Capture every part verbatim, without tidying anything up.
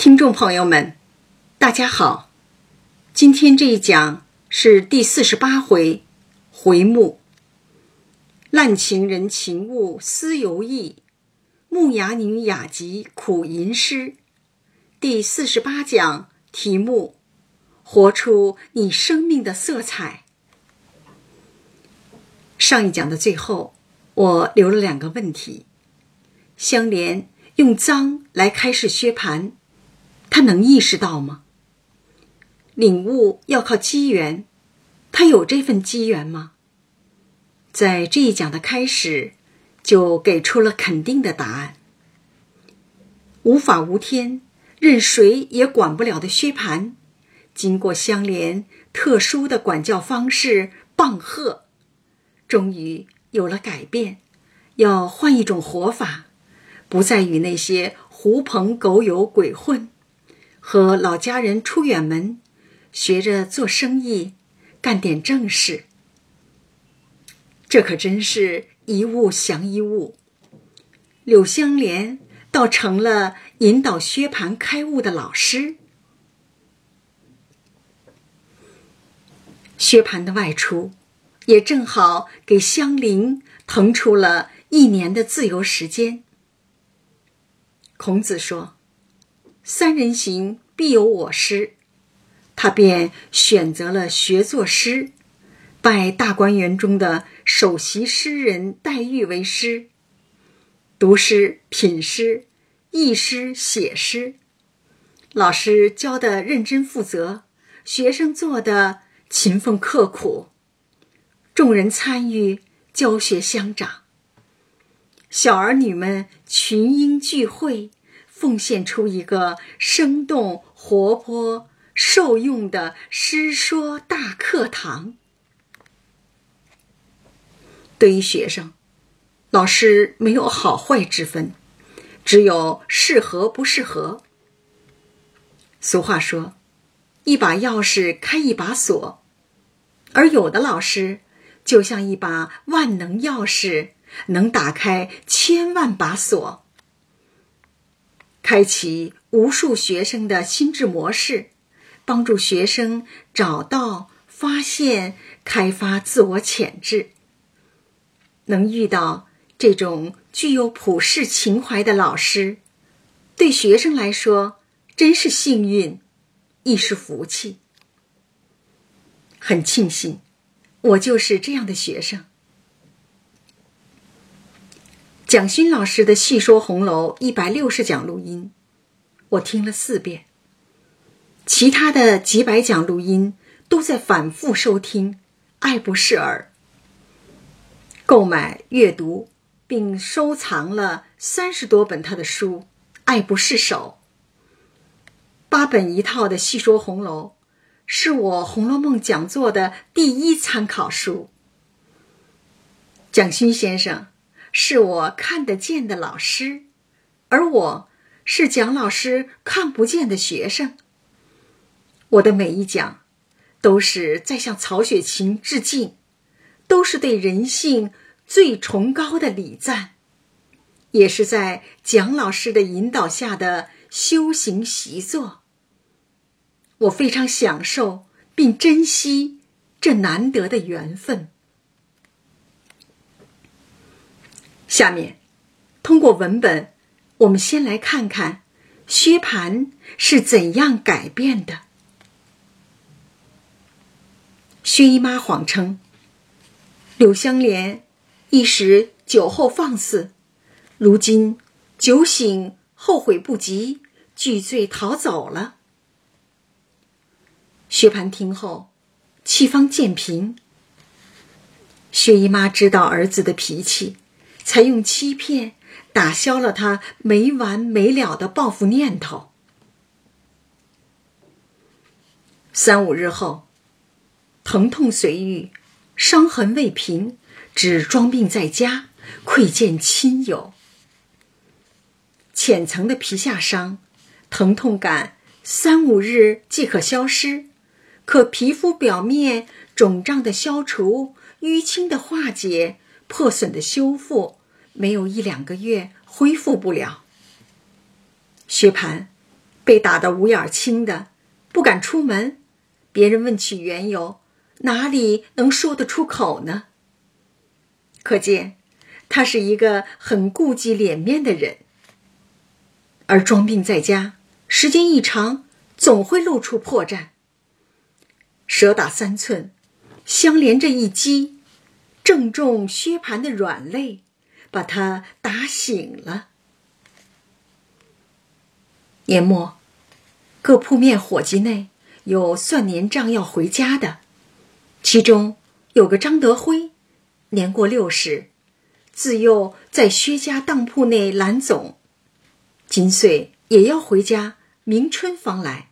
听众朋友们，大家好，今天这一讲是第四十八回回目，滥情人情物思犹意，木雅女雅集苦吟诗。第四十八讲题目，活出你生命的色彩。上一讲的最后，我留了两个问题。香莲用脏来开示薛蟠，他能意识到吗？领悟要靠机缘，他有这份机缘吗？在这一讲的开始就给出了肯定的答案。无法无天，任谁也管不了的薛蟠，经过香莲特殊的管教方式棒喝，终于有了改变，要换一种活法，不再与那些狐朋狗友鬼混，和老家人出远门，学着做生意，干点正事。这可真是一物降一物，柳香莲倒成了引导薛蟠开悟的老师。薛蟠的外出也正好给香菱腾出了一年的自由时间。孔子说，三人行必有我师，他便选择了学作诗，拜大观园中的首席诗人黛玉为师，读诗、品诗、译诗、写诗。老师教得认真负责，学生做得勤奋刻苦，众人参与，教学相长。小儿女们群英聚会，奉献出一个生动活泼受用的诗说大课堂。对于学生，老师没有好坏之分，只有适合不适合。俗话说，一把钥匙开一把锁，而有的老师就像一把万能钥匙，能打开千万把锁，开启无数学生的心智模式，帮助学生找到、发现、开发自我潜质。能遇到这种具有普世情怀的老师，对学生来说真是幸运，亦是福气。很庆幸，我就是这样的学生。蒋勋老师的《细说红楼》一百六十讲录音，我听了四遍，其他的几百讲录音都在反复收听，爱不释耳。购买、阅读并收藏了三十多本他的书，爱不释手。八本一套的《细说红楼》是我《红楼梦》讲座的第一参考书。蒋勋先生是我看得见的老师，而我是蒋老师看不见的学生。我的每一讲都是在向曹雪芹致敬，都是对人性最崇高的礼赞，也是在蒋老师的引导下的修行习作。我非常享受并珍惜这难得的缘分。下面通过文本，我们先来看看薛蟠是怎样改变的。薛姨妈谎称柳香莲一时酒后放肆，如今酒醒后悔不及，拒罪逃走了。薛蟠听后气方渐平，薛姨妈知道儿子的脾气，才用欺骗打消了他没完没了的报复念头。三五日后，疼痛随愈，伤痕未平，只装病在家，窥见亲友。浅层的皮下伤，疼痛感三五日即可消失，可皮肤表面肿胀的消除，淤青的化解，破损的修复，没有一两个月恢复不了。薛蟠被打得五眼青的，不敢出门，别人问起缘由，哪里能说得出口呢？可见他是一个很顾及脸面的人。而装病在家，时间一长，总会露出破绽。蛇打三寸，相连着一击，正中薛蟠的软肋，把他打醒了。年末，各铺面伙计内有算年账要回家的，其中有个张德辉，年过六十，自幼在薛家当铺内揽总，今岁也要回家，明春方来。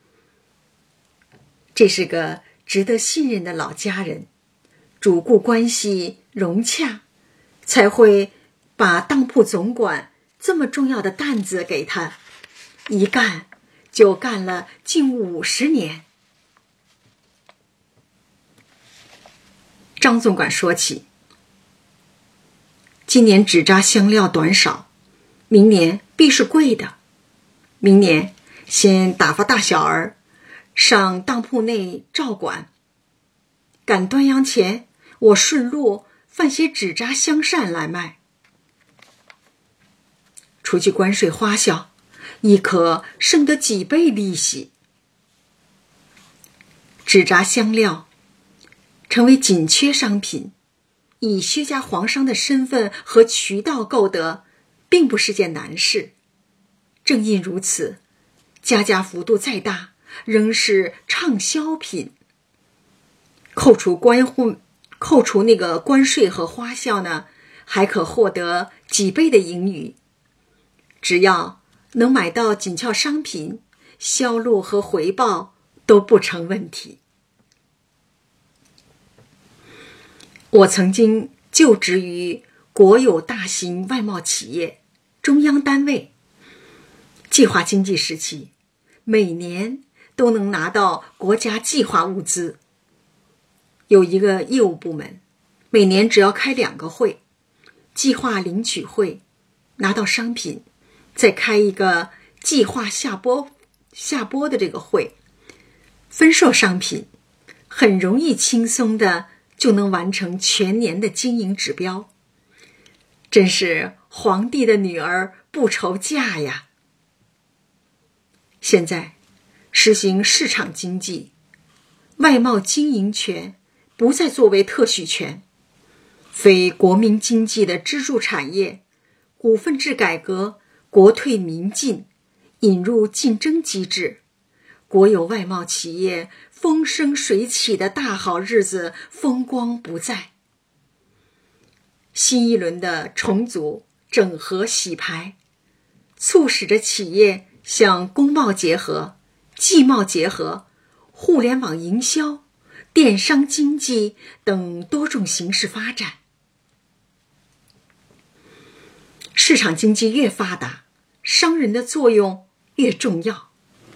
这是个值得信任的老家人，主顾关系融洽，才会把当铺总管这么重要的担子给他，一干就干了近五十年。张总管说起，今年纸扎香料短少，明年必是贵的。明年先打发大小儿上当铺内照管，赶端阳前，我顺路贩些纸扎香扇来卖。除去关税花销，亦可剩得几倍利息。纸扎香料成为紧缺商品，以薛家皇商的身份和渠道购得，并不是件难事。正因如此，加价幅度再大，仍是畅销品。扣除关户，扣除那个关税和花销呢，还可获得几倍的盈余。只要能买到紧俏商品，销路和回报都不成问题。我曾经就职于国有大型外贸企业中央单位，计划经济时期，每年都能拿到国家计划物资。有一个业务部门，每年只要开两个会，计划领取会，拿到商品，再开一个计划下拨下拨的这个会，分售商品，很容易轻松的就能完成全年的经营指标。真是皇帝的女儿不愁嫁呀！现在实行市场经济，外贸经营权不再作为特许权，非国民经济的支柱产业，股份制改革，国退民进，引入竞争机制，国有外贸企业风生水起的大好日子风光不再。新一轮的重组、整合、洗牌，促使着企业向工贸结合、技贸结合、互联网营销、电商经济等多种形式发展。市场经济越发达，商人的作用越重要。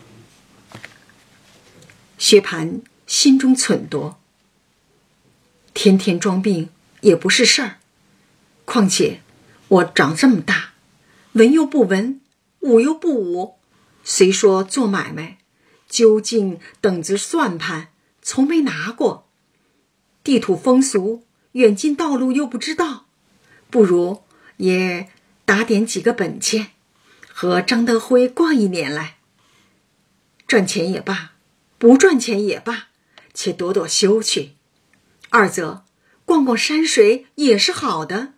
薛蟠心中忖度，天天装病也不是事儿，况且我长这么大，文又不文，武又不武，虽说做买卖，究竟等子算盘从没拿过，地土风俗远近道路又不知道，不如也打点几个本钱，和张德辉逛一年来，赚钱也罢，不赚钱也罢，且躲躲休去。二则逛逛山水也是好的。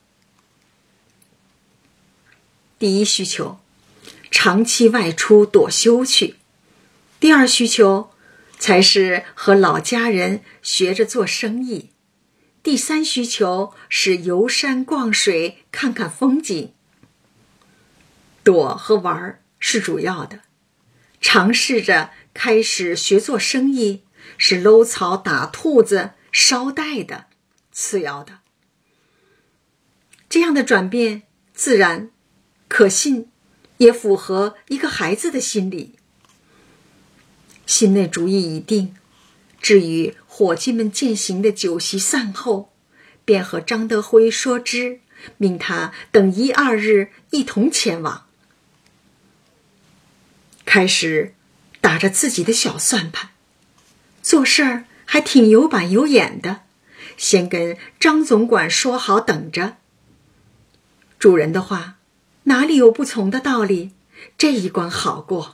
第一需求，长期外出躲休去；第二需求，才是和老家人学着做生意；第三需求是游山逛水，看看风景。躲和玩是主要的，尝试着开始学做生意是搂草打兔子捎带的，次要的。这样的转变自然可信，也符合一个孩子的心理。心内主意已定，至于伙计们践行的酒席散后，便和张德辉说知，命他等一二日一同前往。 开始打着自己的小算盘，做事儿还挺有板有眼的，先跟张总管说好等着。主人的话哪里有不从的道理，这一关好过。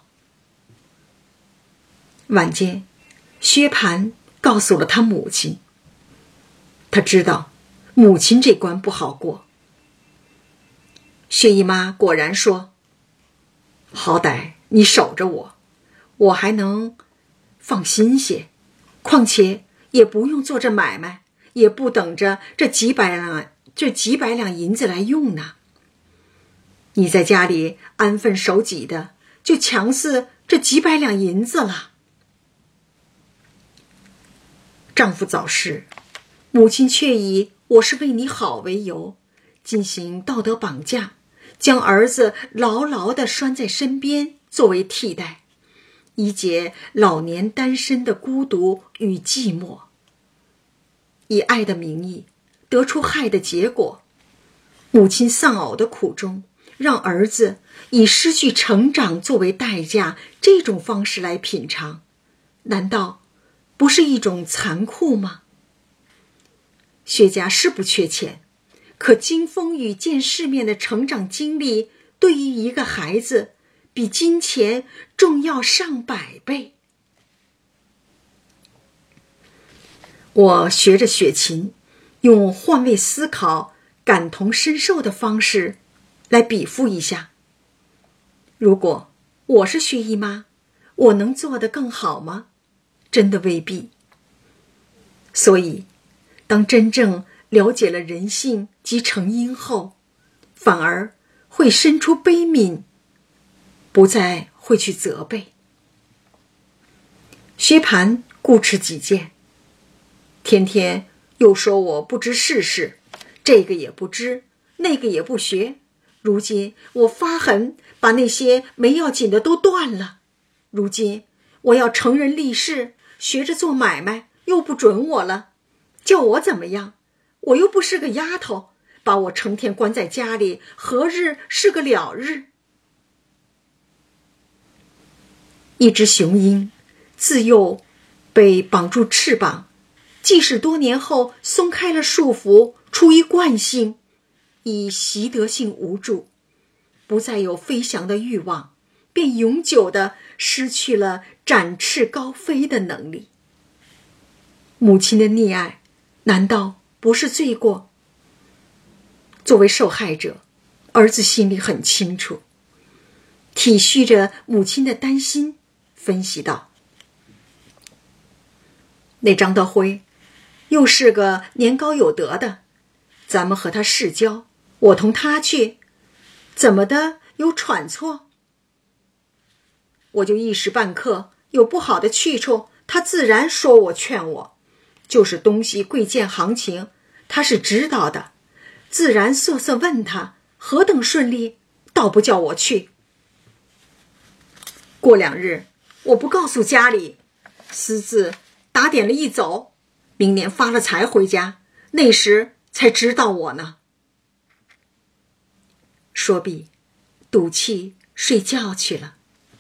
晚间，薛蟠告诉了他母亲，他知道母亲这关不好过。薛姨妈果然说，好歹你守着我，我还能放心些，况且也不用做这买卖，也不等着这几百两这几百两银子来用呢。你在家里安分守己的，就强似这几百两银子了。丈夫早逝，母亲却以我是为你好为由，进行道德绑架，将儿子牢牢地拴在身边作为替代，以解老年单身的孤独与寂寞。以爱的名义得出害的结果，母亲丧偶的苦衷，让儿子以失去成长作为代价，这种方式来品尝，难道不是一种残酷吗？薛家是不缺钱，可经风雨见世面的成长经历，对于一个孩子比金钱重要上百倍。我学着雪琴，用换位思考、感同身受的方式来比附一下。如果我是薛姨妈，我能做得更好吗？真的未必。所以，当真正了解了人性及成因后，反而会生出悲悯，不再会去责备。薛蟠固持己见，天天又说我不知世事，这个也不知，那个也不学。如今我发狠，把那些没要紧的都断了。如今我要成人立世，学着做买卖，又不准我了，叫我怎么样？我又不是个丫头，把我成天关在家里，何日是个了日？一只雄鹰自幼被绑住翅膀，即使多年后松开了束缚，出于惯性，已习得性无助，不再有飞翔的欲望，便永久地失去了展翅高飞的能力。母亲的溺爱难道不是罪过？作为受害者，儿子心里很清楚，体恤着母亲的担心，分析道：那张德辉又是个年高有德的，咱们和他世交，我同他去，怎么的有喘错？我就一时半刻有不好的去处，他自然说我劝我，就是东西贵贱行情，他是知道的，自然瑟瑟问他何等顺利，倒不叫我去。过两日我不告诉家里，私自打点了一走，明年发了财回家，那时才知道我呢。说毕，赌气睡觉去了。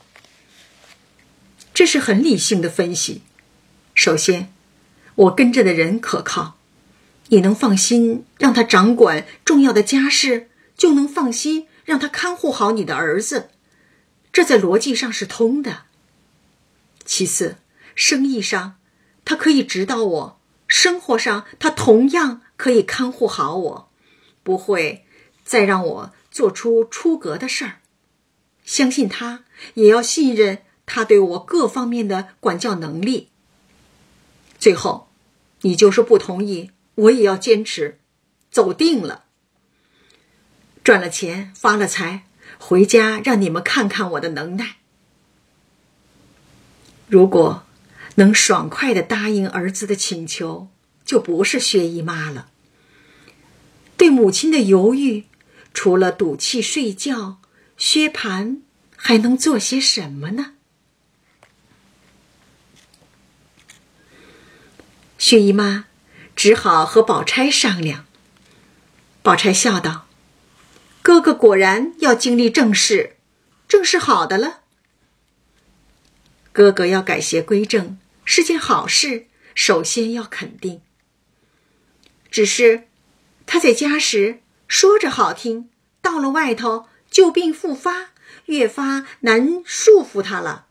这是很理性的分析。首先，我跟着的人可靠，你能放心让他掌管重要的家事，就能放心让他看护好你的儿子，这在逻辑上是通的。其次，生意上他可以指导我，生活上他同样可以看护好我，不会再让我做出出格的事儿。相信他，也要信任他对我各方面的管教能力。最后，你就是不同意，我也要坚持，走定了。赚了钱，发了财，回家让你们看看我的能耐。如果能爽快地答应儿子的请求，就不是薛姨妈了。对母亲的犹豫，除了赌气睡觉，薛蟠还能做些什么呢？薛姨妈只好和宝钗商量。宝钗笑道：哥哥果然要经历正事，正是好的了。 哥哥要改邪归正是件好事，首先要肯定。只是他在家时说着好听，到了外头旧病复发，越发难束缚他了。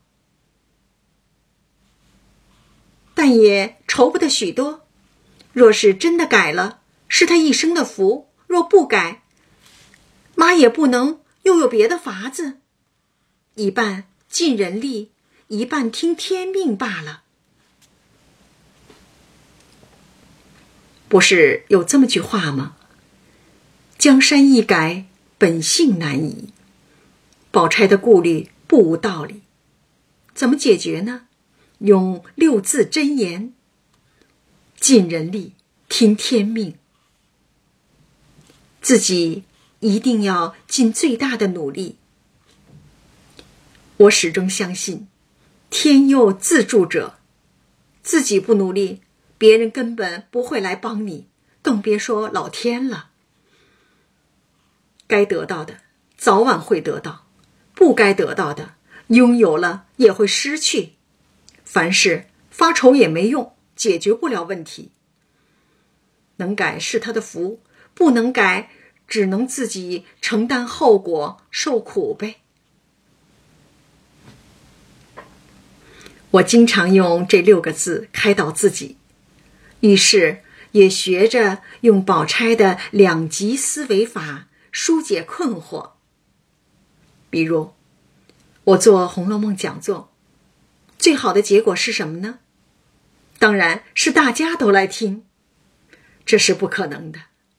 但也愁不得许多，若是真的改了，是他一生的福；若不改，妈也不能又有别的法子，一半尽人力，一半听天命罢了。不是有这么句话吗？江山易改，本性难移。宝钗的顾虑不无道理，怎么解决呢？用六字真言：尽人力，听天命。自己一定要尽最大的努力。我始终相信，天佑自助者，自己不努力，别人根本不会来帮你，更别说老天了。该得到的早晚会得到，不该得到的拥有了也会失去。凡事发愁也没用，解决不了问题。能改是他的福，不能改只能自己承担后果，受苦呗。我经常用这六个字开导自己，于是也学着用宝钗的两极思维法疏解困惑。比如我做《红楼梦》讲座，最好的结果是什么呢？当然是大家都来听，这是不可能的。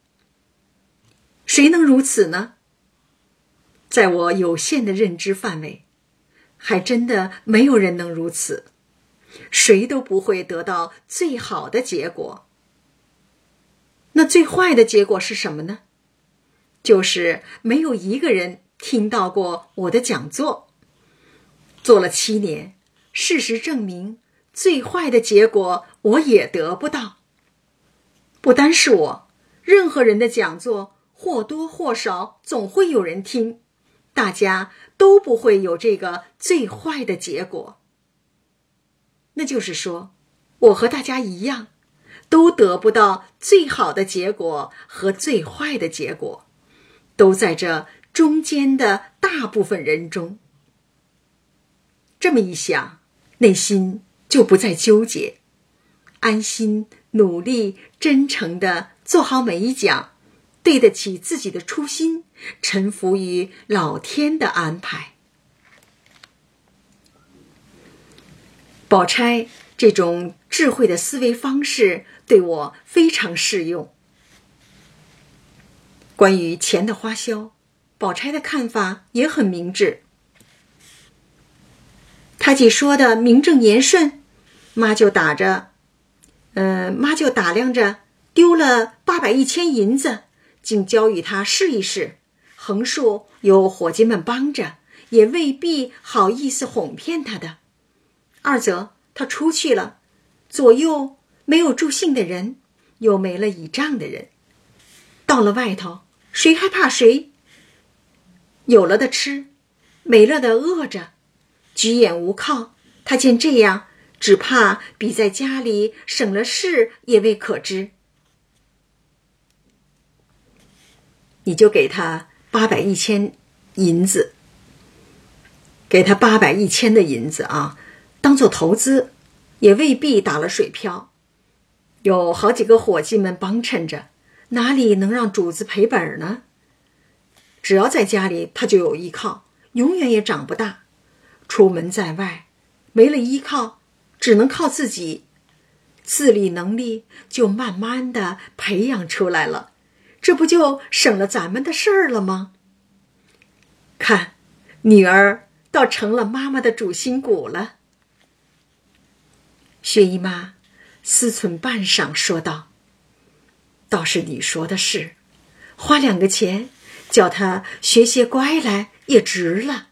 谁能如此呢？在我有限的认知范围，还真的没有人能如此，谁都不会得到最好的结果。那最坏的结果是什么呢？就是没有一个人听到过我的讲座。做了七年，事实证明，最坏的结果我也得不到。不单是我，任何人的讲座或多或少总会有人听，大家都不会有这个最坏的结果。那就是说，我和大家一样，都得不到最好的结果和最坏的结果，都在这中间的大部分人中。这么一想，内心就不再纠结，安心努力真诚地做好每一讲，对得起自己的初心，臣服于老天的安排。宝钗这种智慧的思维方式对我非常适用。关于钱的花销，宝钗的看法也很明智。他既说的名正言顺，妈就打着，呃，妈就打量着丢了八百一千银子，竟交与他试一试。横竖有伙计们帮着，也未必好意思哄骗他的。二则他出去了，左右没有助兴的人，又没了倚仗的人。到了外头，谁还怕谁？有了的吃，没了的饿着。举眼无靠，他见这样，只怕比在家里省了事也未可知。你就给他八百一千银子，给他八百一千的银子啊，当做投资，也未必打了水漂。有好几个伙计们帮衬着，哪里能让主子赔本呢？只要在家里，他就有依靠，永远也长不大。出门在外，没了依靠，只能靠自己，自理能力就慢慢的培养出来了，这不就省了咱们的事儿了吗？看，女儿倒成了妈妈的主心骨了。薛姨妈思忖半晌说道：倒是你说的是，花两个钱叫他学些乖来也值了。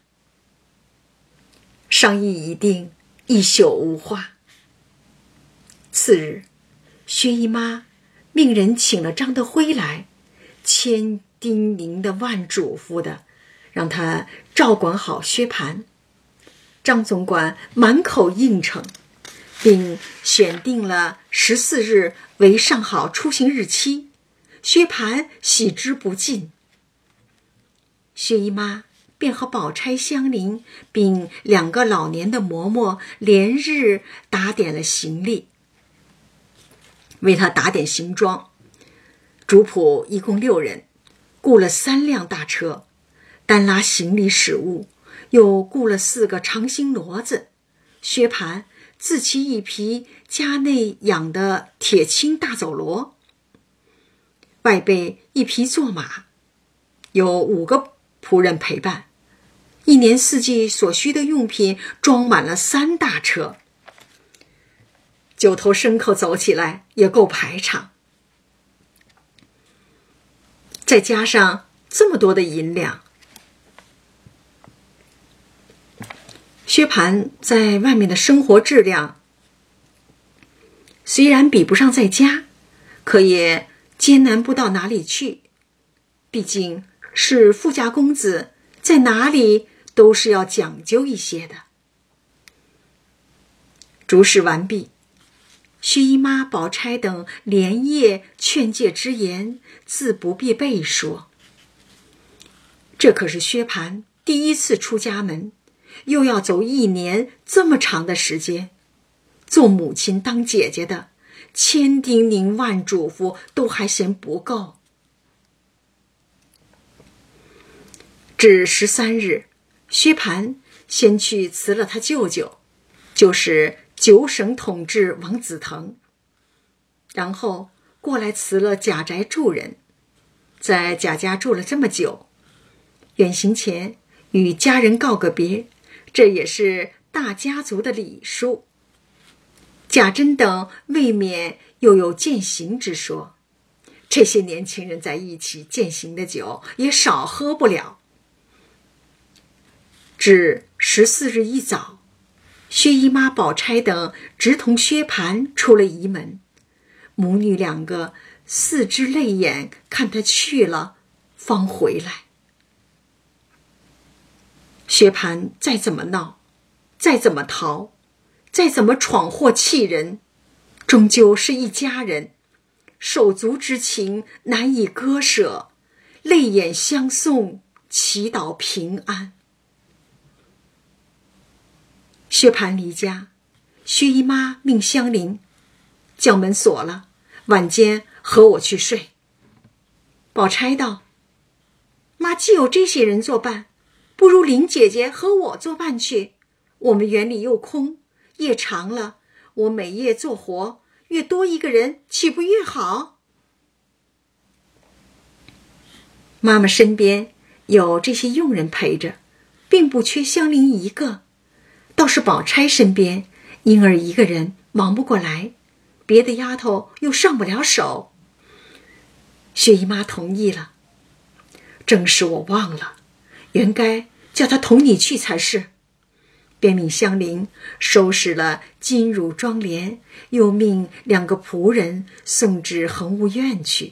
商议已定，一宿无话。次日，薛姨妈命人请了张德辉来，千叮咛的万嘱咐的，让他照管好薛蟠。 张总管满口应承，并选定了十四日为上好出行日期。薛蟠喜之不尽。薛姨妈便和宝钗、香菱并两个老年的嬷嬷连日打点了行李，为他打点行装。主仆一共六人，雇了三辆大车，单拉行李食物，又雇了四个长星骡子。薛蟠自骑一匹家内养的铁青大走骡，外备一匹坐马，有五个仆人陪伴，一年四季所需的用品装满了三大车。九头牲口走起来也够排场，再加上这么多的银两，薛蟠在外面的生活质量虽然比不上在家，可也艰难不到哪里去。毕竟是富家公子，在哪里都是要讲究一些的。主使完毕，薛姨妈、宝钗等连夜劝诫之言，自不必背说。这可是薛蟠第一次出家门，又要走一年这么长的时间，做母亲当姐姐的，千叮咛万嘱咐都还嫌不够。至十三日，薛蟠先去辞了他舅舅，就是九省统治王子腾，然后过来辞了贾宅住人，在贾家住了这么久，远行前与家人告个别，这也是大家族的礼数。贾珍等未免又有践行之说，这些年轻人在一起践行的酒也少喝不了。至十四日一早，薛姨妈、宝钗等直同薛蟠出了仪门，母女两个四只泪眼看他去了，方回来。薛蟠再怎么闹，再怎么逃，再怎么闯祸气人，终究是一家人，手足之情难以割舍，泪眼相送，祈祷平安。薛蟠离家，薛姨妈命香菱将门锁了，晚间和我去睡。宝钗道：妈既有这些人作伴，不如林姐姐和我作伴去，我们园里又空，夜长了，我每夜做活，越多一个人岂不越好？妈妈身边有这些佣人陪着，并不缺香菱一个，倒是宝钗身边婴儿一个人忙不过来，别的丫头又上不了手。薛姨妈同意了。正是我忘了，原该叫她同你去才是。便命香菱收拾了金乳妆奁，又命两个仆人送至恒芜院去。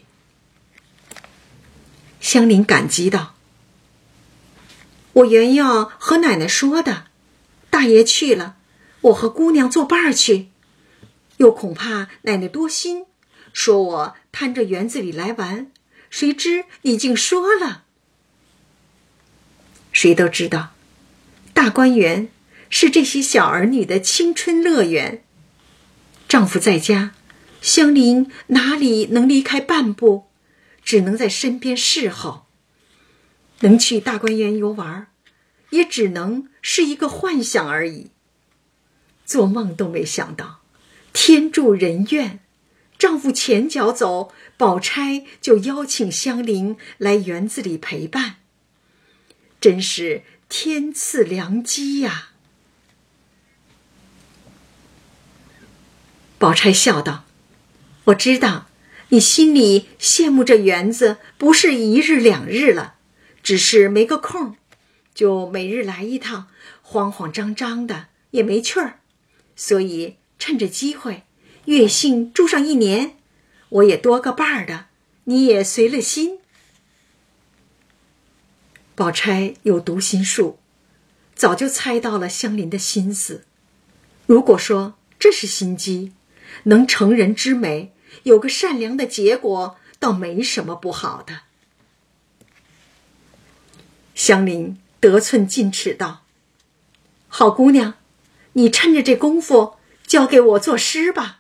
香菱感激道：我原要和奶奶说的，大爷去了，我和姑娘作伴去，又恐怕奶奶多心，说我贪着园子里来玩，谁知你竟说了。谁都知道，大观园是这些小儿女的青春乐园，丈夫在家，香菱哪里能离开半步，只能在身边侍候。能去大观园游玩，也只能是一个幻想而已。做梦都没想到，天助人愿，丈夫前脚走，宝钗就邀请香菱来园子里陪伴，真是天赐良机呀！宝钗笑道：我知道你心里羡慕这园子不是一日两日了，只是没个空，就每日来一趟，慌慌张张的也没趣儿，所以趁着机会月幸住上一年，我也多个伴儿的，你也随了心。宝钗有读心术， 早就猜到了香菱的心思。如果说这是心机，能成人之美，有个善良的结果，倒没什么不好的。香菱得寸进尺道：好姑娘，你趁着这功夫交给我作诗吧。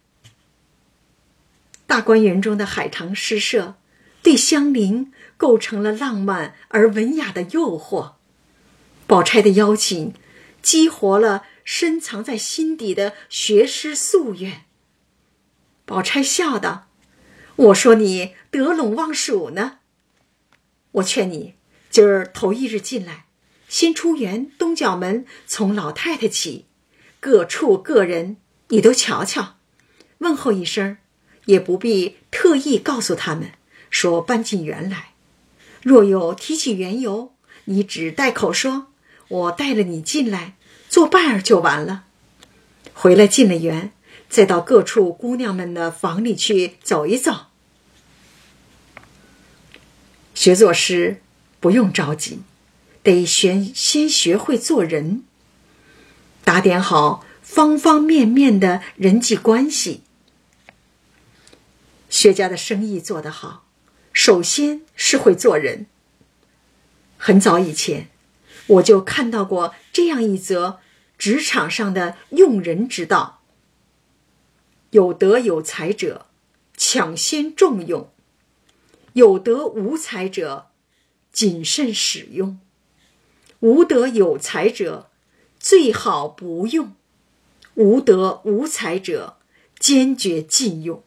大观园中的海棠诗社对香菱构成了浪漫而文雅的诱惑。宝钗的邀请激活了深藏在心底的学诗夙愿。宝钗笑道：我说你得陇望蜀呢。我劝你今儿头一日进来，先出园东角门，从老太太起，各处各人你都瞧瞧，问候一声，也不必特意告诉他们说搬进园来。若有提起缘由，你只带口说我带了你进来做伴儿就完了。回来进了园，再到各处姑娘们的房里去走一走。学作诗不用着急，得先先学会做人，打点好方方面面的人际关系。薛家的生意做得好，首先是会做人。很早以前，我就看到过这样一则职场上的用人之道：有德有才者，抢先重用；有德无才者，谨慎使用；无德有才者，最好不用；无德无才者，坚决禁用。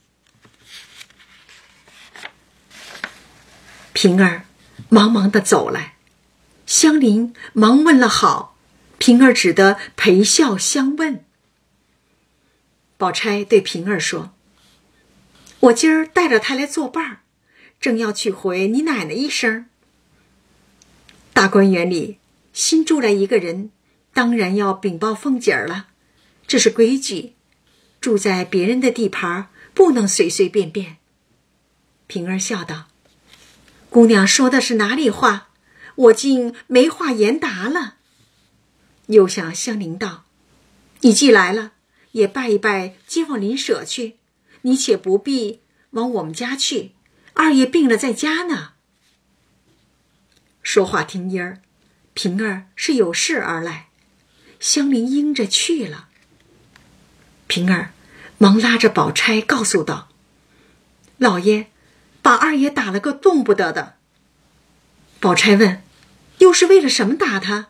平儿忙忙地走来，香菱忙问了好，平儿只得陪笑相问。宝钗对平儿说：我今儿带着他来作伴儿，正要去回你奶奶一声。大观园里新住来一个人，当然要禀报凤姐儿了，这是规矩，住在别人的地盘，不能随随便便。平儿笑道：姑娘说的是哪里话，我竟没话言答了。又向香菱道：你既来了，也拜一拜街坊邻舍去，你且不必往我们家去，二爷病了在家呢。说话听音儿，平儿是有事而来，香菱应着去了。平儿忙拉着宝钗告诉道：老爷把二爷打了个动不得的。宝钗问：又是为了什么打他？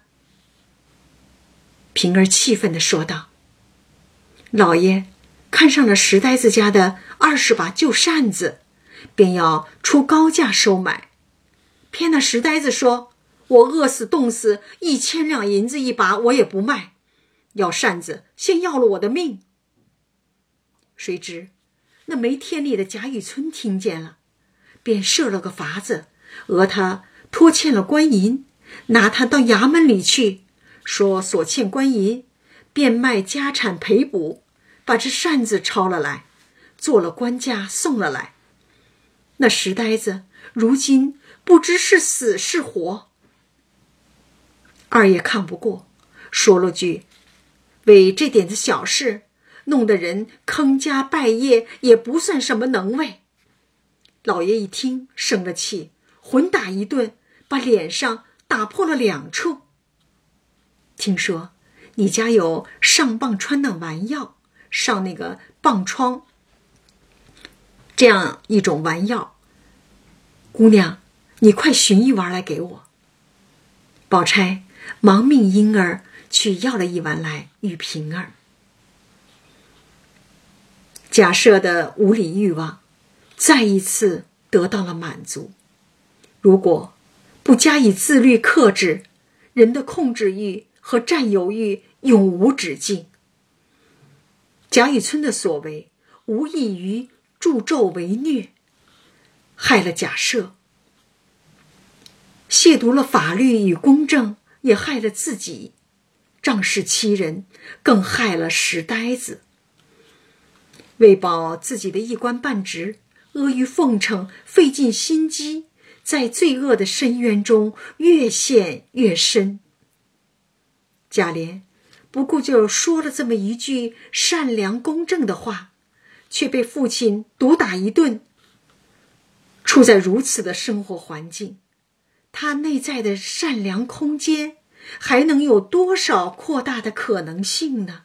平儿气愤地说道：老爷看上了石呆子家的二十把旧扇子，便要出高价收买，偏那石呆子说：我饿死冻死一千两银子一把我也不卖，要扇子先要了我的命。谁知那没天理的贾雨村听见了，便设了个法子，讹他拖欠了官银，拿他到衙门里去，说所欠官银，变卖家产赔补，把这扇子抄了来，做了官价送了来。那石呆子如今不知是死是活。二爷看不过，说了句：为这点子小事，弄得人坑家败业，也不算什么能为。老爷一听生了气，混打一顿，把脸上打破了两处。听说你家有上棒疮的丸药，上那个棒疮这样一种丸药，姑娘你快寻一丸来给我。宝钗忙命婴儿去要了一丸来与平儿。贾赦的无理欲望再一次得到了满足。如果不加以自律克制，人的控制欲和占有欲永无止境。贾雨村的所为无异于助纣为虐，害了贾赦，亵渎了法律与公正，也害了自己，仗势欺人，更害了石呆子。为保自己的一官半职，阿谀奉承，费尽心机，在罪恶的深渊中越陷越深。 贾琏不过就说了这么一句善良公正的话，却被父亲毒打一顿。处在如此的生活环境，他内在的善良空间还能有多少扩大的可能性呢？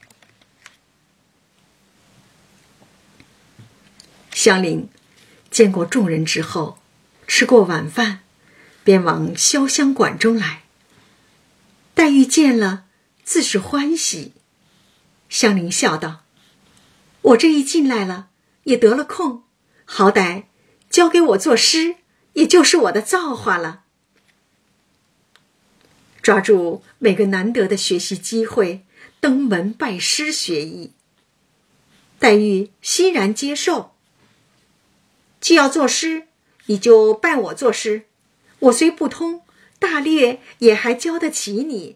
香菱见过众人之后，吃过晚饭，便往潇湘馆中来。黛玉见了，自是欢喜。香菱笑道：我这一进来了，也得了空，好歹交给我作诗，也就是我的造化了。抓住每个难得的学习机会，登门拜师学艺。黛玉欣然接受，既要作诗，你就拜我作诗，我虽不通，大略也还教得起你。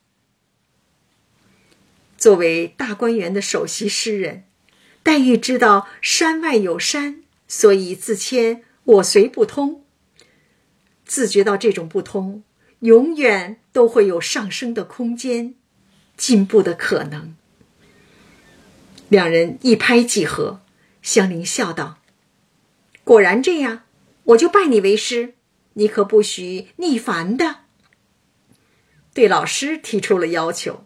作为大观园的首席诗人，黛玉知道山外有山，所以自谦我虽不通。自觉到这种不通，永远都会有上升的空间，进步的可能。两人一拍即合，香菱笑道：果然这样，我就拜你为师，你可不许逆反的。对老师提出了要求。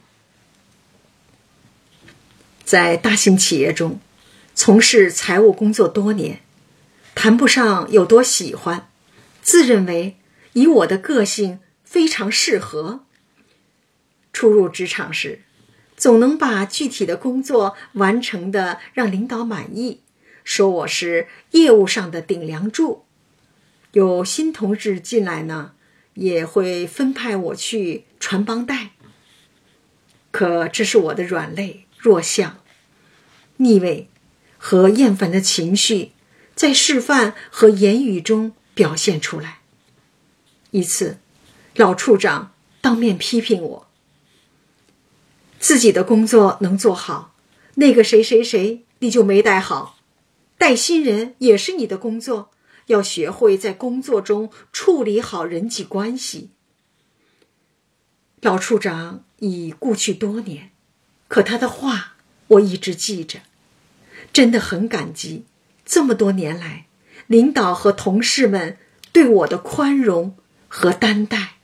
在大型企业中从事财务工作多年，谈不上有多喜欢，自认为以我的个性非常适合。初入职场时，总能把具体的工作完成的让领导满意，说我是业务上的顶梁柱。有新同事进来呢，也会分派我去传帮带。可这是我的软肋弱项，腻味和厌烦的情绪在示范和言语中表现出来。一次，老处长当面批评我，自己的工作能做好，那个谁谁谁你就没带好，带新人也是你的工作，要学会在工作中处理好人际关系。老处长已故去多年，可他的话我一直记着，真的很感激这么多年来领导和同事们对我的宽容和担待。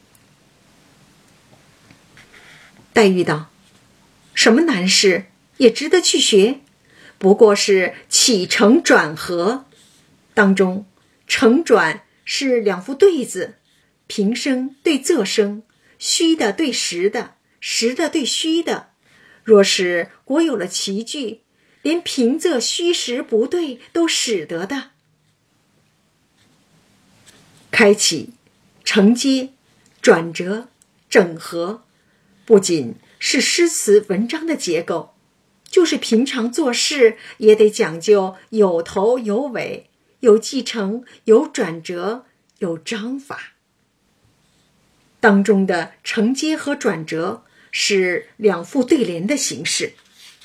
黛玉道：什么难事也值得去学，不过是起承转合，当中承转是两副对子，平声对仄声，虚的对实的，实的对虚的。若是国有了奇句，连平仄虚实不对都使得的。开启、承接、转折、整合，不仅是诗词文章的结构，就是平常做事也得讲究有头有尾，有继承，有转折，有章法。当中的承接和转折是两副对联的形式，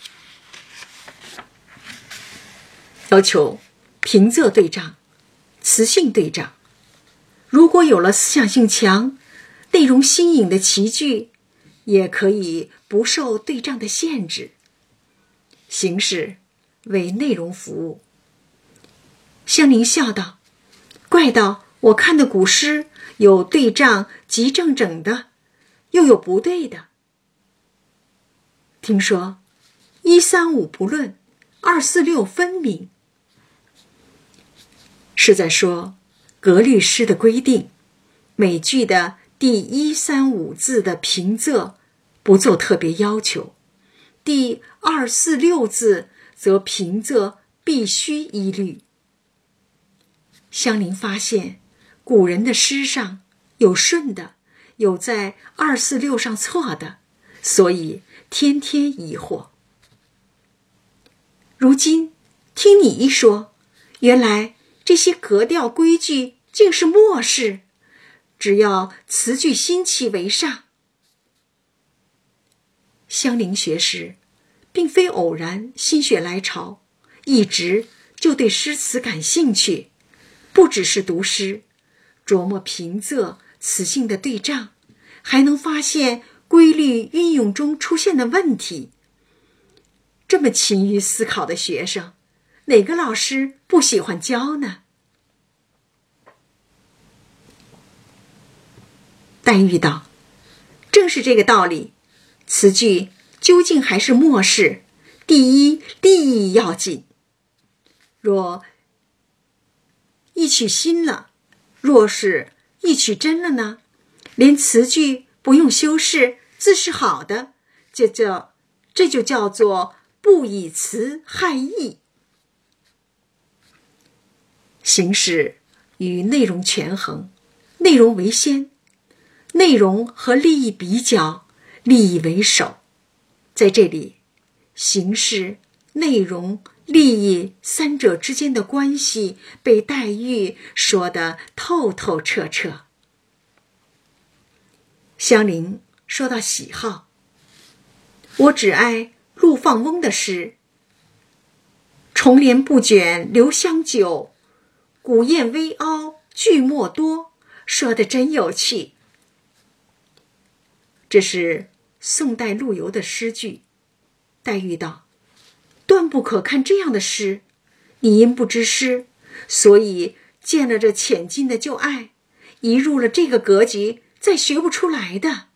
要求平仄对仗，词性对仗。如果有了思想性强、内容新颖的奇句，也可以不受对仗的限制，形式为内容服务。香菱笑道：怪道我看的古诗有对仗极正整的，又有不对的。听说一三五不论，二四六分明，是在说格律诗的规定，每句的第一三五字的平仄不做特别要求，第二四六字则平仄必须依律。香菱发现古人的诗上有顺的，有在二四六上错的，所以天天疑惑。如今听你一说，原来这些格调规矩竟是末事，只要词句新奇为上。香菱学诗并非偶然心血来潮，一直就对诗词感兴趣，不只是读诗，琢磨平仄词性的对仗，还能发现规律运用中出现的问题。这么勤于思考的学生，哪个老师不喜欢教呢？黛玉道：正是这个道理，词句究竟还是末世，第一立意要紧。若一曲新了，若是一曲真了呢？连词句不用修饰，字是好的，这叫这就叫做不以词害意。形式与内容权衡，内容为先，内容和利益比较，利益为首。在这里，形式、内容、利益三者之间的关系被黛玉说得透透彻彻。香菱说到喜好，我只爱陆放翁的诗：重帘不卷留香久，古砚微凹句墨多，说得真有趣。这是宋代陆游的诗句。黛玉道：断不可看这样的诗，你因不知诗，所以见了这浅近的就爱，一入了这个格局，再学不出来的。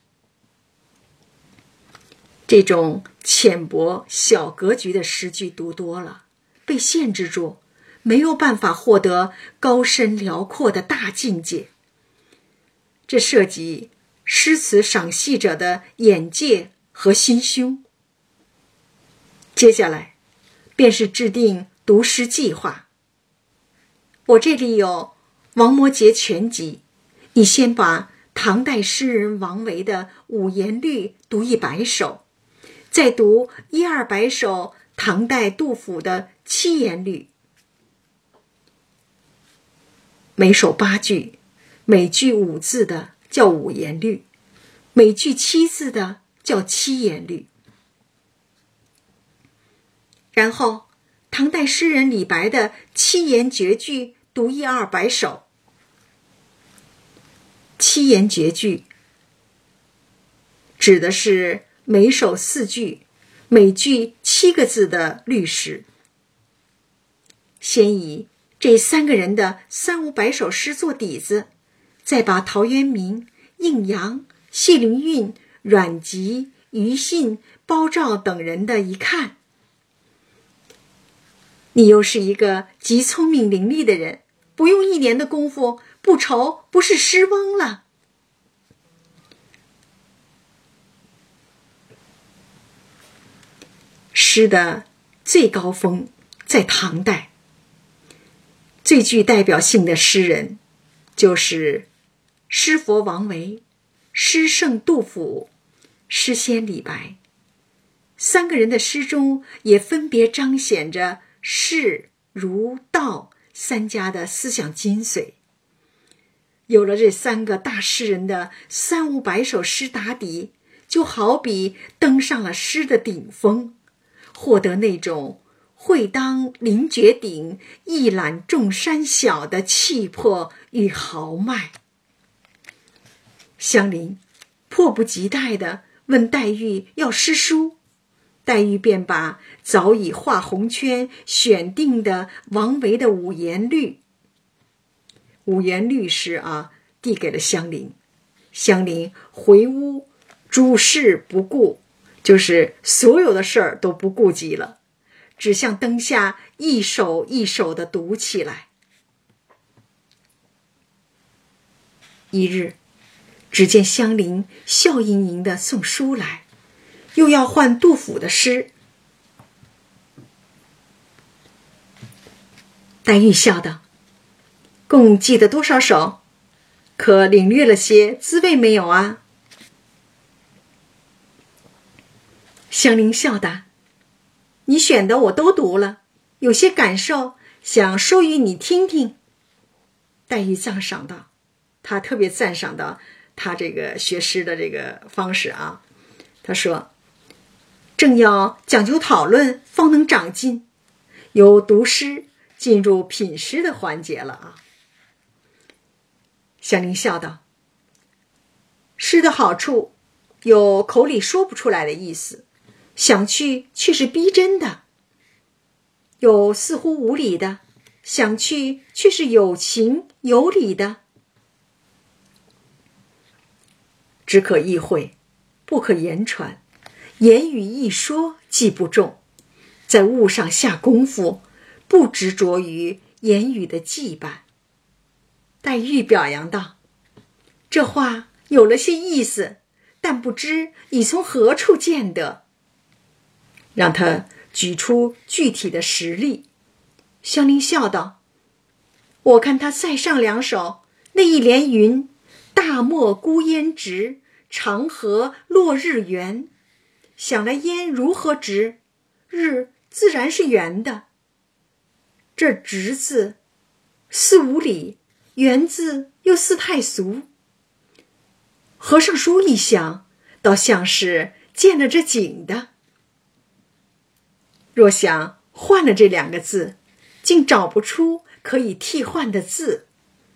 这种浅薄小格局的诗句读多了，被限制住，没有办法获得高深辽阔的大境界。这涉及诗词赏析者的眼界和心胸。接下来便是制定读诗计划。我这里有王摩诘全集，你先把唐代诗人王维的五言律读一百首，再读一二百首唐代杜甫的七言律，每首八句，每句五字的叫五言律，每句七字的叫七言律。然后唐代诗人李白的七言绝句读一二百首。七言绝句指的是每首四句，每句七个字的律诗。先以这三个人的三五百首诗做底子，再把陶渊明、应阳、谢灵运、阮籍、庾信、包照等人的一看，你又是一个极聪明伶俐的人，不用一年的功夫，不愁不是诗翁了。诗的最高峰在唐代，最具代表性的诗人就是诗佛王维、诗圣杜甫、诗仙李白。三个人的诗中也分别彰显着士、儒、道三家的思想精髓。有了这三个大诗人的三五百首诗打底，就好比登上了诗的顶峰，获得那种会当凌绝顶，一览众山小的气魄与豪迈。香菱迫不及待地问黛玉要诗书，黛玉便把早已画红圈选定的王维的五言律五言律诗啊，递给了香菱。香菱回屋诸事不顾，就是所有的事儿都不顾及了，只向灯下一首一首地读起来。一日，只见香菱笑盈盈地送书来，又要换杜甫的诗。黛玉笑道：共记得多少首？可领略了些滋味没有啊？香菱笑答：你选的我都读了，有些感受想说与你听听。黛玉赞赏道，她特别赞赏到她这个学诗的这个方式啊。她说，正要讲究讨论，方能长进，由读诗进入品诗的环节了啊。香菱笑道，诗的好处有口里说不出来的意思，想去却是逼真的；有似乎无理的，想去却是有情有理的。只可意会，不可言传，言语一说即不中，在物上下功夫，不执着于言语的羁绊。黛玉表扬道：这话有了些意思，但不知你从何处见得。让他举出具体的实例。香菱笑道：我看他再上两首，那一联云：大漠孤烟直，长河落日圆。想来烟如何直？日自然是圆的。这直字似无理，圆字又似太俗。和尚书一想，倒像是见了这景的。若想换了这两个字，竟找不出可以替换的字。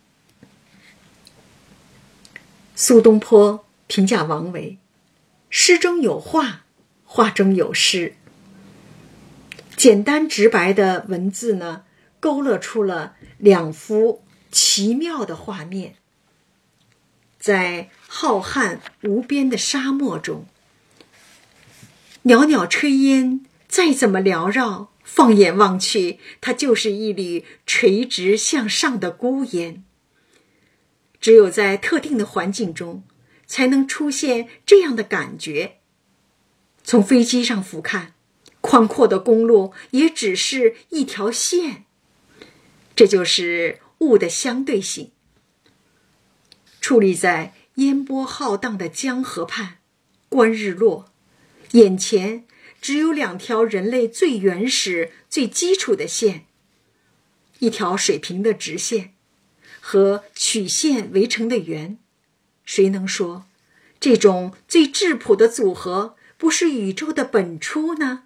苏东坡评价王维：诗中有画，画中有诗。简单直白的文字呢，勾勒出了两幅奇妙的画面。在浩瀚无边的沙漠中，袅袅炊烟再怎么缭绕，放眼望去，它就是一缕垂直向上的孤烟。只有在特定的环境中，才能出现这样的感觉。从飞机上俯瞰，宽阔的公路也只是一条线。这就是物的相对性。矗立在烟波浩荡的江河畔，观日落，眼前只有两条人类最原始、最基础的线，一条水平的直线和曲线围成的圆。谁能说这种最质朴的组合不是宇宙的本初呢？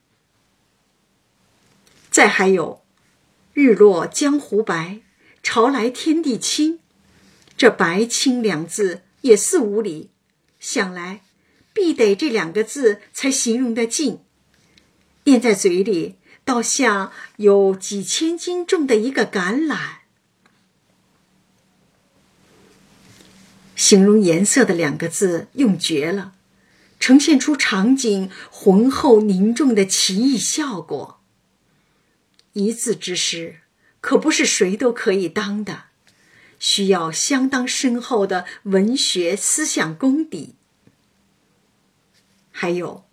再还有日落江湖白，潮来天地清。这白清两字也似无理，想来必得这两个字才形容得尽，念在嘴里倒像有几千斤重的一个橄榄。形容颜色的两个字用绝了，呈现出场景浑厚凝重的奇异效果。一字之诗可不是谁都可以当的，需要相当深厚的文学思想功底。还有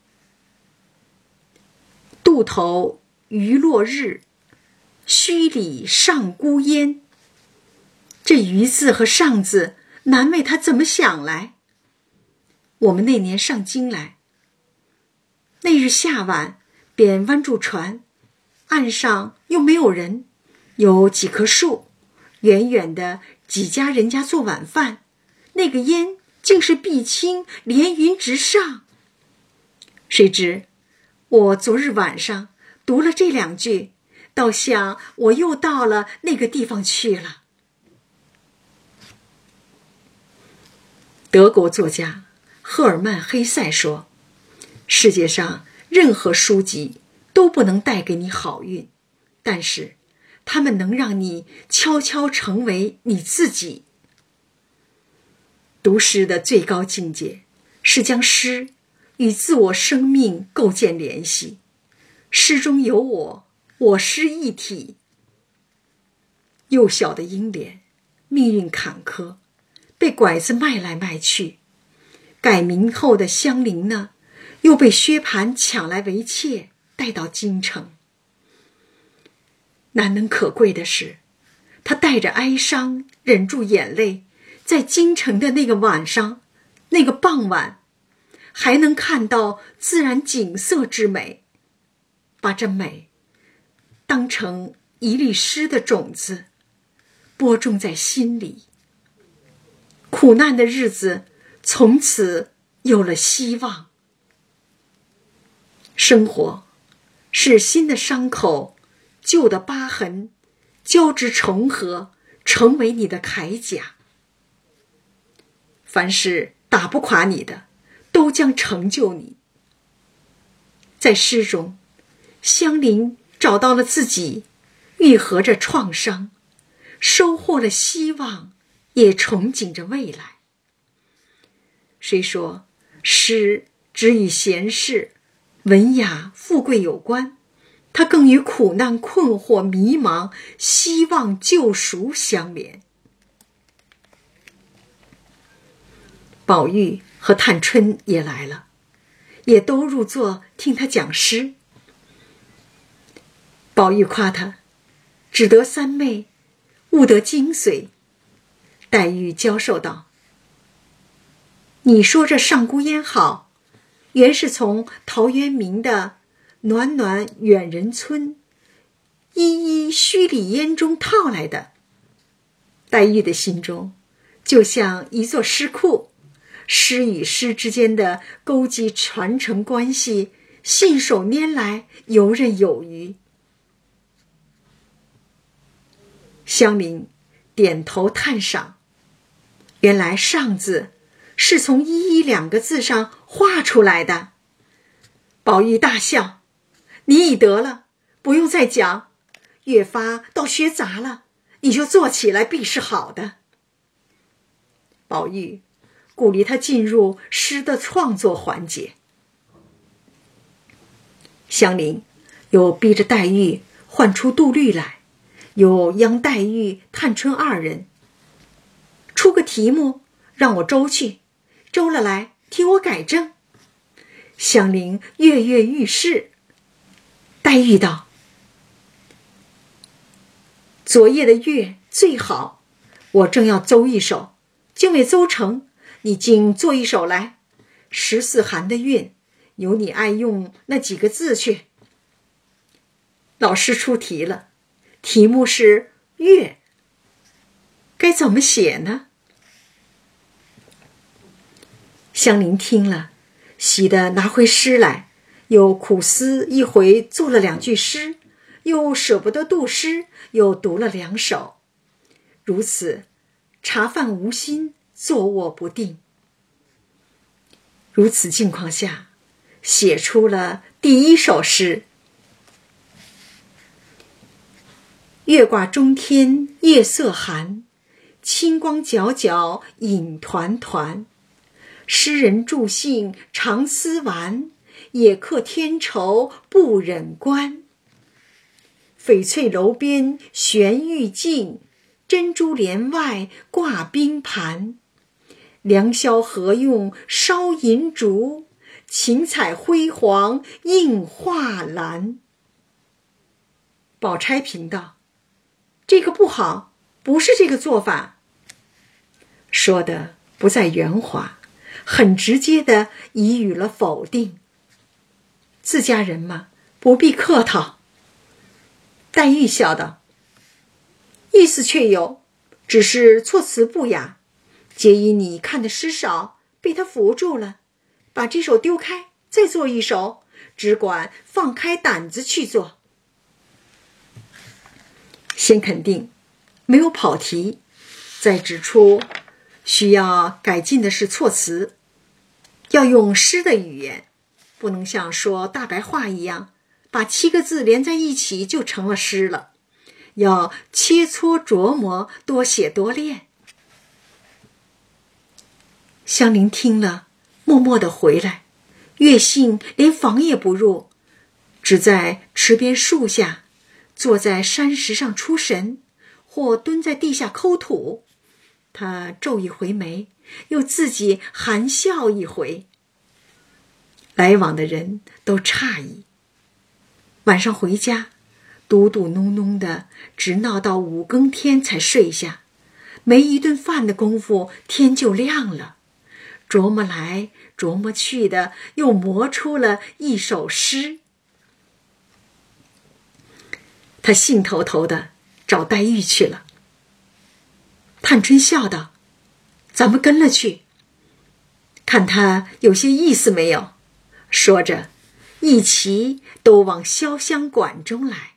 渡头余落日，墟里上孤烟。这余字和上字难为他怎么想来。我们那年上京来，那日下晚便弯住船，岸上又没有人，有几棵树，远远的几家人家做晚饭，那个烟竟是碧青连云直上。谁知我昨日晚上读了这两句，倒像我又到了那个地方去了。德国作家赫尔曼·黑塞说，世界上任何书籍都不能带给你好运，但是它们能让你悄悄成为你自己。读诗的最高境界是将诗与自我生命构建联系，诗中有我，我诗一体。幼小的英莲，命运坎坷，被拐子卖来卖去；改名后的香菱呢，又被薛蟠抢来为妾，带到京城。难能可贵的是，他带着哀伤，忍住眼泪，在京城的那个晚上，那个傍晚，还能看到自然景色之美，把这美当成一粒诗的种子，播种在心里。苦难的日子从此有了希望。生活是新的伤口，旧的疤痕交织重合，成为你的铠甲。凡是打不垮你的， 都将成就你。在诗中，香菱找到了自己，愈合着创伤，收获了希望，也憧憬着未来。虽说诗只与闲适、文雅、富贵有关，它更与苦难、困惑、迷茫、希望、救赎相连。宝玉和探春也来了，也都入座听他讲诗。宝玉夸他只得三昧，悟得精髓。黛玉教授道：你说这上姑烟好，原是从陶渊明的暖暖远人村，依依墟里烟中套来的。黛玉的心中就像一座诗库，诗与诗之间的勾稽传承关系信手拈来，游刃有余。香菱点头叹赏，原来上字是从依依两个字上画出来的。宝玉大笑：你已得了，不用再讲，越发倒学杂了，你就做起来必是好的。宝玉鼓励他进入诗的创作环节。香菱又逼着黛玉唤出杜律来，又央黛玉、探春二人出个题目让我周去，周了来替我改正。香菱跃跃欲试。黛玉道：昨夜的月最好，我正要邹一首，竟未邹成，你竟做一首来。十四寒的韵，由你爱用那几个字去。老师出题了，题目是月，该怎么写呢？香菱听了，喜得拿回诗来，又苦思一回，做了两句诗，又舍不得读诗，又读了两首。如此茶饭无心，坐卧不定。如此境况下，写出了第一首诗：月挂中天夜色寒，清光皎皎影团团。诗人助兴常思玩，也客天愁不忍观。翡翠楼边悬玉镜，珍珠帘外挂冰盘。良宵何用烧银烛，晴彩辉煌映画栏。宝钗评道：这个不好，不是这个做法。说的不再圆滑，很直接地给予了否定。自家人嘛，不必客套。黛玉笑道：意思却有，只是措辞不雅，皆因你看的诗少，被他扶住了，把这首丢开，再做一首，只管放开胆子去做。先肯定没有跑题，再指出需要改进的是措辞，要用诗的语言，不能像说大白话一样，把七个字连在一起就成了诗了，要切磋琢磨，多写多练。香菱听了，默默地回来，月性连房也不入，只在池边树下，坐在山石上出神，或蹲在地下抠土。他皱一回眉，又自己含笑一回。来往的人都诧异。晚上回家，嘟嘟哝哝的，直闹到五更天才睡下。没一顿饭的功夫，天就亮了。琢磨来琢磨去的，又磨出了一首诗。他兴头头的找黛玉去了。探春笑道：咱们跟了去，看他有些意思没有。说着一齐都往潇湘馆中来。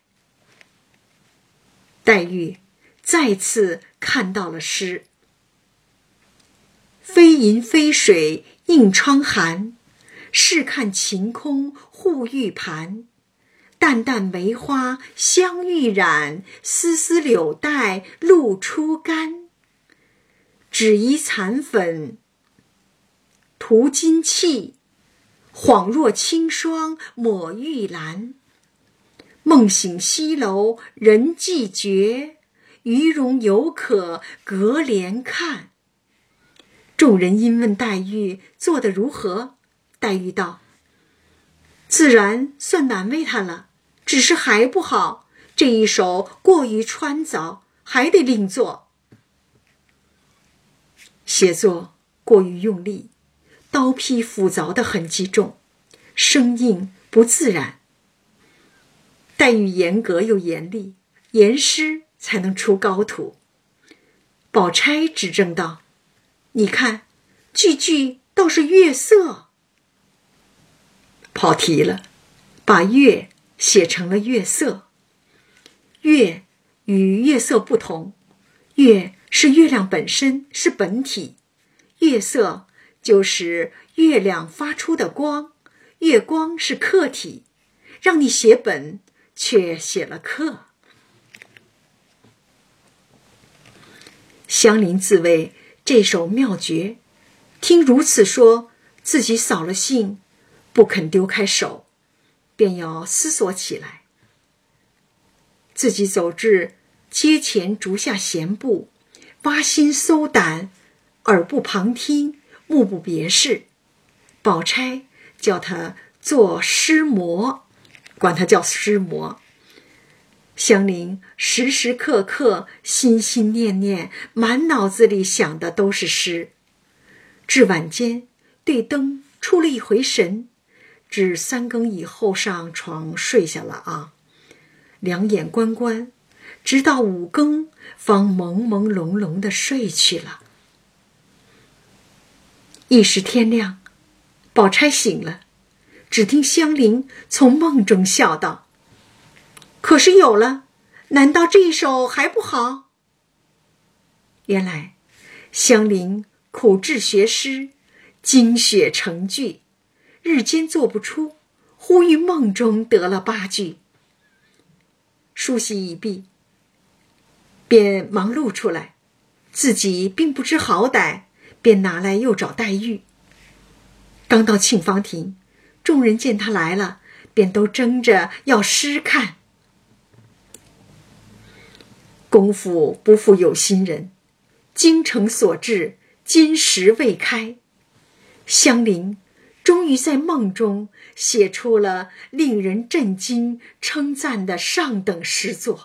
黛玉再次看到了诗：飞吟飞水映窗寒，试看晴空护玉盘。淡淡梅花香欲染，丝丝柳带露初干。只疑残粉涂金器，恍若清霜抹玉兰。梦醒西楼人寂绝，余容犹可隔帘看。众人因问黛玉做得如何，黛玉道：自然算难为他了，只是还不好，这一手过于穿凿，还得另做。写作过于用力，刀劈斧凿的痕迹重，生硬不自然。黛玉严格又严厉，严师才能出高徒。宝钗指正道：你看，句句倒是月色。跑题了，把月写成了月色。月与月色不同，月是月亮本身，是本体，月色就是月亮发出的光，月光是客体，让你写本却写了客。香菱自谓这首妙绝，听如此说，自己扫了兴，不肯丢开手，便要思索起来。自己走至阶前竹下闲步，挖心搜胆，耳不旁听，目不别视。宝钗叫他做诗魔，管他叫诗魔。香菱时时刻刻心心念念，满脑子里想的都是诗。至晚间对灯出了一回神，至三更以后上床睡下了啊，两眼关关，直到五更方朦朦胧胧地睡去了。一时天亮，宝钗醒了，只听香菱从梦中笑道：可是有了，难道这一首还不好？原来香菱苦志学诗，精血成句，日间做不出，忽于梦中得了八句。梳洗已毕，便忙录出来，自己并不知好歹，便拿来又找黛玉。刚到沁芳亭，众人见他来了，便都争着要诗看。功夫不负有心人，精诚所至，金石未开。香菱终于在梦中写出了令人震惊称赞的上等诗作。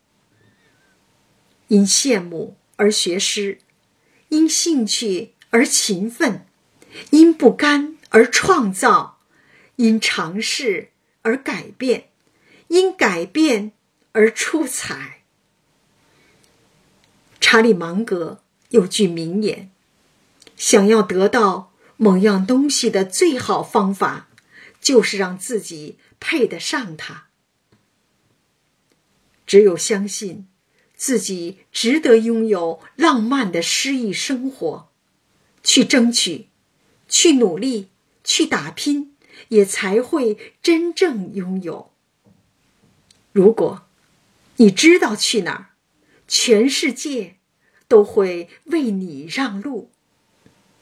因羡慕而学诗，因兴趣而勤奋，因不甘而创造，因尝试而改变，因改变而出彩。查理芒格有句名言：想要得到某样东西的最好方法，就是让自己配得上它。只有相信自己值得拥有浪漫的诗意生活，去争取，去努力，去打拼，也才会真正拥有。如果你知道去哪儿，全世界都会为你让路。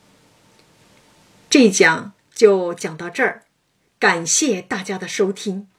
这一讲就讲到这儿，感谢大家的收听。